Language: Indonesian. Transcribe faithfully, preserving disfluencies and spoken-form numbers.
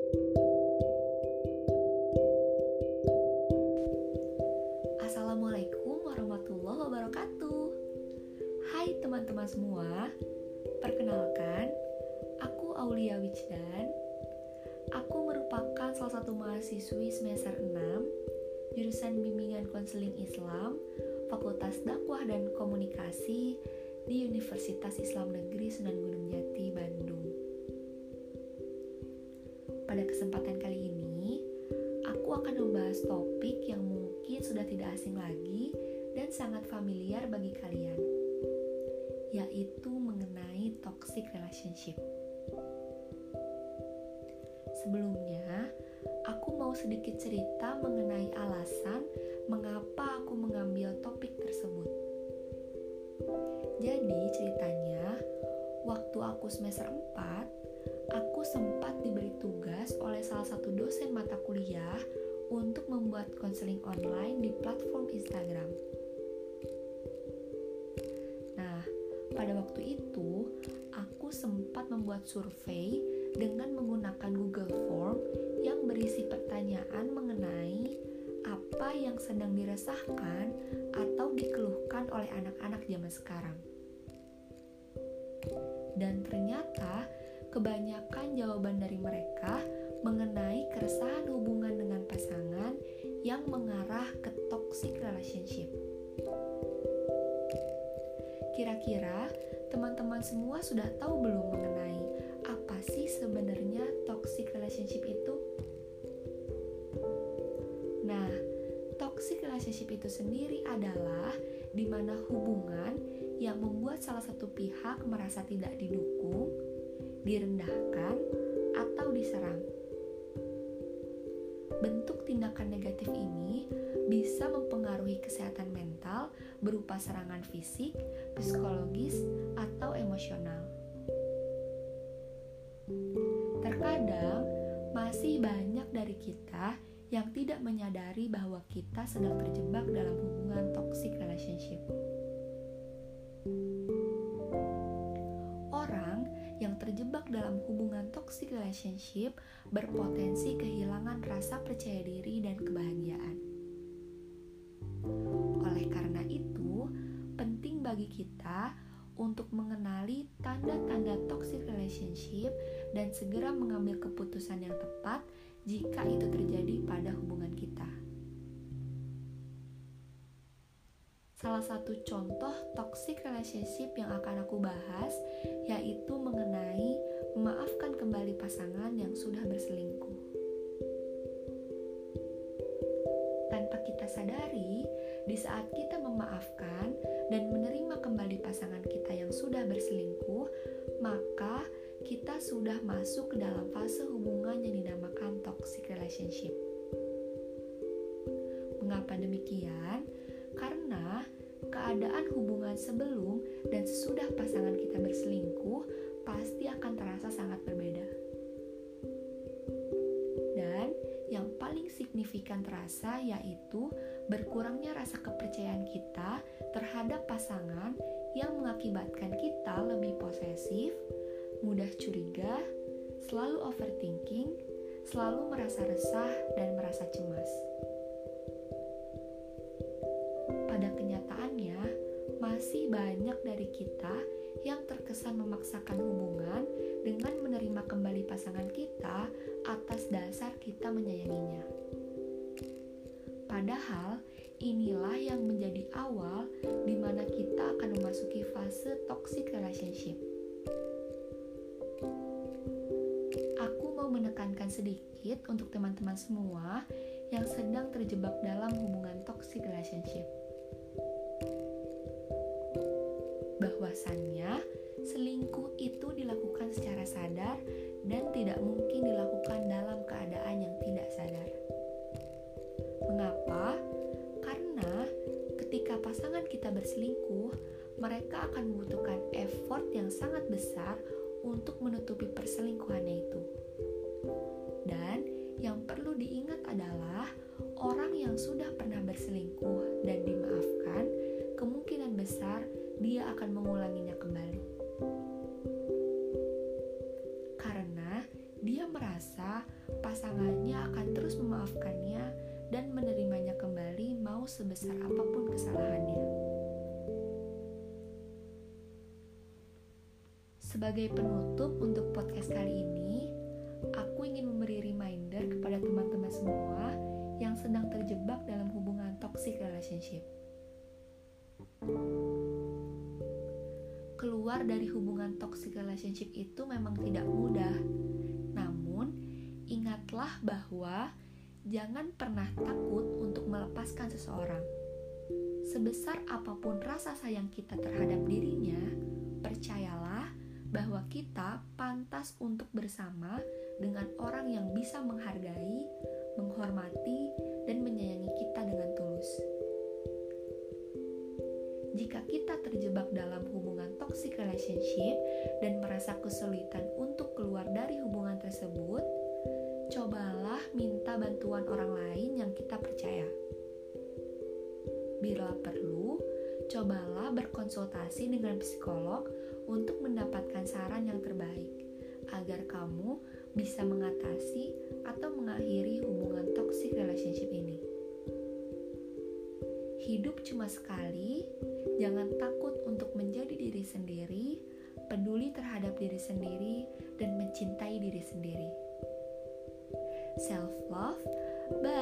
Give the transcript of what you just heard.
Assalamualaikum warahmatullahi wabarakatuh. Hai teman-teman semua, perkenalkan, aku Aulia Wijdan. Aku merupakan salah satu mahasiswi semester enam, jurusan Bimbingan Konseling Islam, Fakultas Dakwah dan Komunikasi di Universitas Islam Negeri Sunan Gunung Jati, Bandung. Pada kesempatan kali ini, aku akan membahas topik yang mungkin sudah tidak asing lagi dan sangat familiar bagi kalian, yaitu mengenai toxic relationship. Sebelumnya, aku mau sedikit cerita mengenai alasan mengapa aku mengambil topik tersebut. Jadi ceritanya, waktu aku semester empat, aku sempat diberi tugas oleh salah satu dosen mata kuliah untuk membuat konseling online di platform Instagram. Nah, pada waktu itu, aku sempat membuat survei dengan menggunakan Google Form yang berisi pertanyaan mengenai apa yang sedang diresahkan atau dikeluhkan oleh anak-anak zaman sekarang. Dan ternyata kebanyakan jawaban dari mereka mengenai keresahan hubungan dengan pasangan yang mengarah ke toxic relationship. Kira-kira teman-teman semua sudah tahu belum mengenai apa sih sebenarnya toxic relationship itu? Nah, toxic relationship itu sendiri adalah di mana hubungan yang membuat salah satu pihak merasa tidak didukung, direndahkan, atau diserang. Bentuk tindakan negatif ini bisa mempengaruhi kesehatan mental berupa serangan fisik, psikologis, atau emosional. Terkadang, masih banyak dari kita yang tidak menyadari bahwa kita sedang terjebak dalam hubungan toxic relationship. Orang yang terjebak dalam hubungan toxic relationship berpotensi kehilangan rasa percaya diri dan kebahagiaan. Oleh karena itu, penting bagi kita untuk mengenali tanda-tanda toxic relationship dan segera mengambil keputusan yang tepat jika itu terjadi pada hubungan kita. Salah satu contoh toxic relationship yang akan aku bahas yaitu mengenai memaafkan kembali pasangan yang sudah berselingkuh. Tanpa kita sadari, di saat kita memaafkan dan menerima kembali pasangan kita yang sudah berselingkuh, maka kita sudah masuk ke dalam fase hubungan yang dinamakan toxic relationship. Mengapa demikian? Karena keadaan hubungan sebelum dan sesudah pasangan kita berselingkuh pasti akan terasa sangat berbeda. Dan yang paling signifikan terasa yaitu berkurangnya rasa kepercayaan kita terhadap pasangan yang mengakibatkan kita lebih posesif, mudah curiga, selalu overthinking, selalu merasa resah dan merasa cemas. Pada kenyataannya, masih banyak dari kita yang terkesan memaksakan hubungan dengan menerima kembali pasangan kita atas dasar kita menyayanginya. Padahal, inilah yang menjadi awal di mana kita akan memasuki fase toxic relationship. Aku mau menekankan sedikit untuk teman-teman semua yang sedang terjebak dalam hubungan toxic relationship. Bahwasannya, selingkuh itu dilakukan secara sadar dan tidak mungkin dilakukan dalam keadaan yang tidak sadar. Mengapa? Karena ketika pasangan kita berselingkuh, mereka akan membutuhkan effort yang sangat besar untuk menutupi perselingkuhannya itu. Dan yang perlu diingat adalah orang yang sudah pernah berselingkuh dan dimaafkan, kemungkinan besar dia akan mengulanginya kembali. Karena dia merasa percaya pasangannya akan terus memaafkannya dan menerimanya kembali mau sebesar apapun kesalahannya. Sebagai penutup untuk podcast kali ini, aku ingin memberi reminder kepada teman-teman semua yang sedang terjebak dalam hubungan toxic relationship. Keluar dari hubungan toxic relationship itu memang tidak mudah. Namun, ingatlah bahwa jangan pernah takut untuk melepaskan seseorang. Sebesar apapun rasa sayang kita terhadap dirinya, percayalah bahwa kita pantas untuk bersama dengan orang yang bisa menghargai, menghormati, dan menyayangi kita dengan tulus. Jika kita terjebak dalam hubungan toxic relationship dan merasa kesulitan untuk keluar dari hubungan tersebut, cobalah minta bantuan orang lain yang kita percaya. Bila perlu, cobalah berkonsultasi dengan psikolog untuk mendapatkan saran yang terbaik, agar kamu bisa mengatasi atau mengakhiri hubungan toxic relationship ini. Hidup cuma sekali, jangan takut untuk menjadi diri sendiri, peduli terhadap diri sendiri, dan mencintai diri sendiri. Self-love, bye.